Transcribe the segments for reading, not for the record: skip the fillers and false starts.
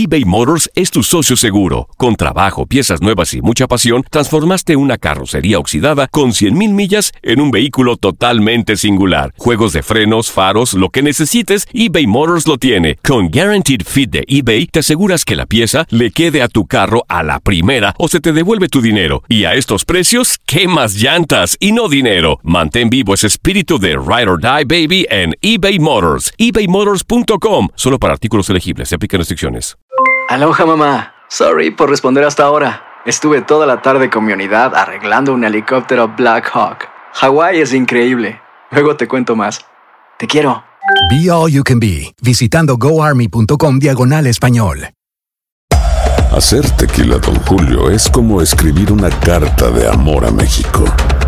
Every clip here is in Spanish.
eBay Motors es tu socio seguro. Con trabajo, piezas nuevas y mucha pasión, transformaste una carrocería oxidada con 100,000 millas en un vehículo totalmente singular. Juegos de frenos, faros, lo que necesites, eBay Motors lo tiene. Con Guaranteed Fit de eBay, te aseguras que la pieza le quede a tu carro a la primera o se te devuelve tu dinero. Y a estos precios, ¿qué más llantas y no dinero? Mantén vivo ese espíritu de Ride or Die, baby, en eBay Motors. ebaymotors.com. Solo para artículos elegibles. Se aplican restricciones. Aloha, mamá. Sorry por responder hasta ahora. Estuve toda la tarde con mi unidad arreglando un helicóptero Black Hawk. Hawái es increíble. Luego te cuento más. Te quiero. Be All You Can Be, visitando goarmy.com/español. Hacer tequila Don Julio es como escribir una carta de amor a México.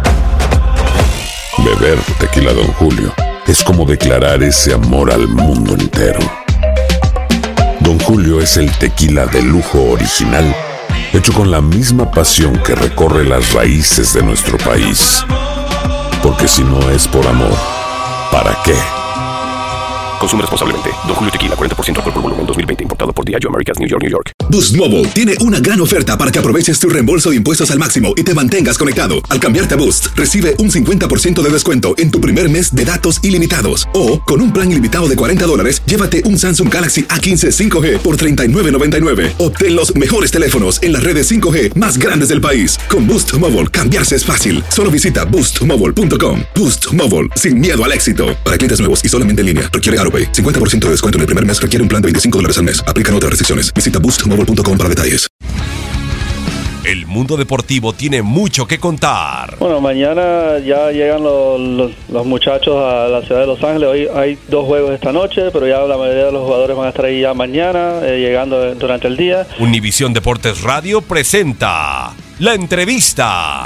Beber tequila Don Julio es como declarar ese amor al mundo entero. Don Julio es el tequila de lujo original, hecho con la misma pasión que recorre las raíces de nuestro país. Porque si no es por amor, ¿para qué? Consume responsablemente. Don Julio Tequila, 40% alcohol por volumen, 2020. Importado por Diageo Americas, New York, New York. Boost Mobile tiene una gran oferta para que aproveches tu reembolso de impuestos al máximo y te mantengas conectado. Al cambiarte a Boost, recibe un 50% de descuento en tu primer mes de datos ilimitados. O, con un plan ilimitado de $40, llévate un Samsung Galaxy A15 5G por $39.99. Obtén los mejores teléfonos en las redes 5G más grandes del país. Con Boost Mobile, cambiarse es fácil. Solo visita boostmobile.com. Boost Mobile, sin miedo al éxito. Para clientes nuevos y solamente en línea, requiere AroPay. 50% de descuento en el primer mes, requiere un plan de $25 al mes. Aplican otras restricciones. Visita boostmobile.com para detalles. El mundo deportivo tiene mucho que contar. Bueno, mañana ya llegan los muchachos a la ciudad de Los Ángeles. Hoy hay 2 juegos esta noche, pero ya la mayoría de los jugadores van a estar ahí ya mañana, llegando durante el día. Univisión Deportes Radio presenta La Entrevista.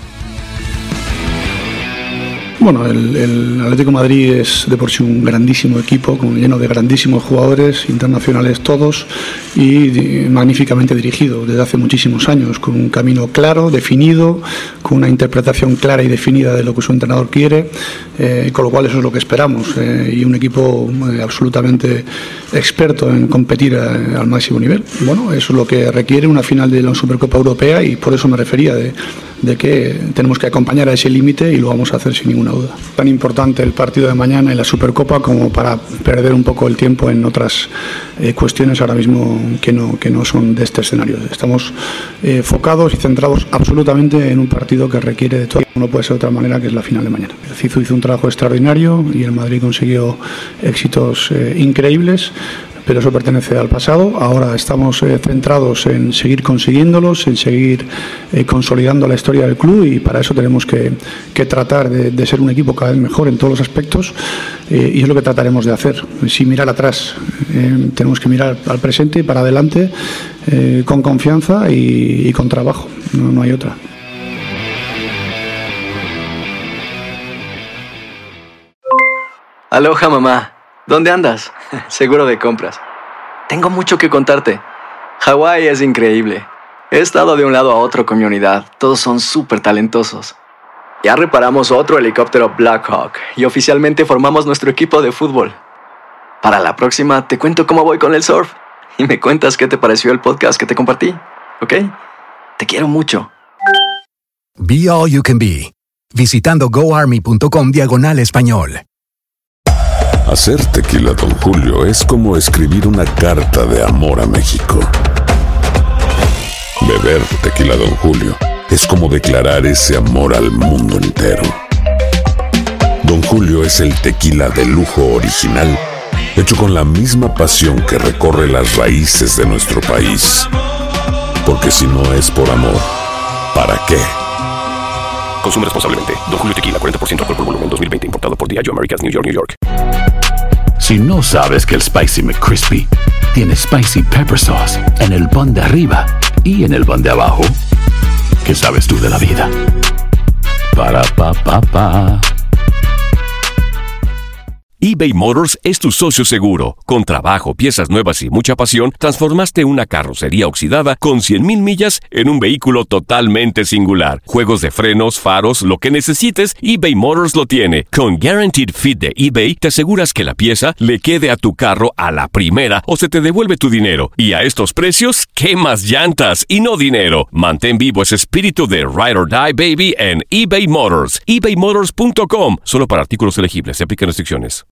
Bueno, el Atlético de Madrid es de por sí un grandísimo equipo, lleno de grandísimos jugadores, internacionales todos, y magníficamente dirigido desde hace muchísimos años, con un camino claro, definido, con una interpretación clara y definida de lo que su entrenador quiere, con lo cual eso es lo que esperamos, y un equipo absolutamente experto en competir al máximo nivel. Bueno, eso es lo que requiere una final de la Supercopa Europea, y por eso me refería de que tenemos que acompañar a ese límite, y lo vamos a hacer sin ninguna duda. Tan importante el partido de mañana en la Supercopa como para perder un poco el tiempo en otras cuestiones ahora mismo que no son de este escenario. Estamos focados y centrados absolutamente en un partido que requiere de todo. No puede ser de otra manera, que es la final de mañana. El Cizu hizo un trabajo extraordinario y el Madrid consiguió éxitos increíbles, pero eso pertenece al pasado. Ahora estamos centrados en seguir consiguiéndolos, en seguir consolidando la historia del club, y para eso tenemos que tratar de ser un equipo cada vez mejor en todos los aspectos, y es lo que trataremos de hacer, sin mirar atrás. Tenemos que mirar al presente y para adelante, con confianza y con trabajo, no hay otra. Aloha, mamá. ¿Dónde andas? Seguro de compras. Tengo mucho que contarte. Hawái es increíble. He estado de un lado a otro con mi unidad. Todos son súper talentosos. Ya reparamos otro helicóptero Black Hawk y oficialmente formamos nuestro equipo de fútbol. Para la próxima te cuento cómo voy con el surf y me cuentas qué te pareció el podcast que te compartí, ¿ok? Te quiero mucho. Be All You Can Be, visitando goarmy.com/español. Hacer tequila Don Julio es como escribir una carta de amor a México. Beber tequila Don Julio es como declarar ese amor al mundo entero. Don Julio es el tequila de lujo original, hecho con la misma pasión que recorre las raíces de nuestro país. Porque si no es por amor, ¿para qué? Consume responsablemente. Don Julio Tequila, 40% alcohol por volumen, 2020. Importado por Diageo Americas, New York, New York. Si no sabes que el Spicy McCrispy tiene Spicy Pepper Sauce en el pan de arriba y en el pan de abajo, ¿qué sabes tú de la vida? Para, pa, pa, pa. eBay Motors es tu socio seguro. Con trabajo, piezas nuevas y mucha pasión, transformaste una carrocería oxidada con 100,000 millas en un vehículo totalmente singular. Juegos de frenos, faros, lo que necesites, eBay Motors lo tiene. Con Guaranteed Fit de eBay, te aseguras que la pieza le quede a tu carro a la primera o se te devuelve tu dinero. Y a estos precios, ¿qué más llantas y no dinero? Mantén vivo ese espíritu de Ride or Die, baby, en eBay Motors. ebaymotors.com. Solo para artículos elegibles. Se aplican restricciones.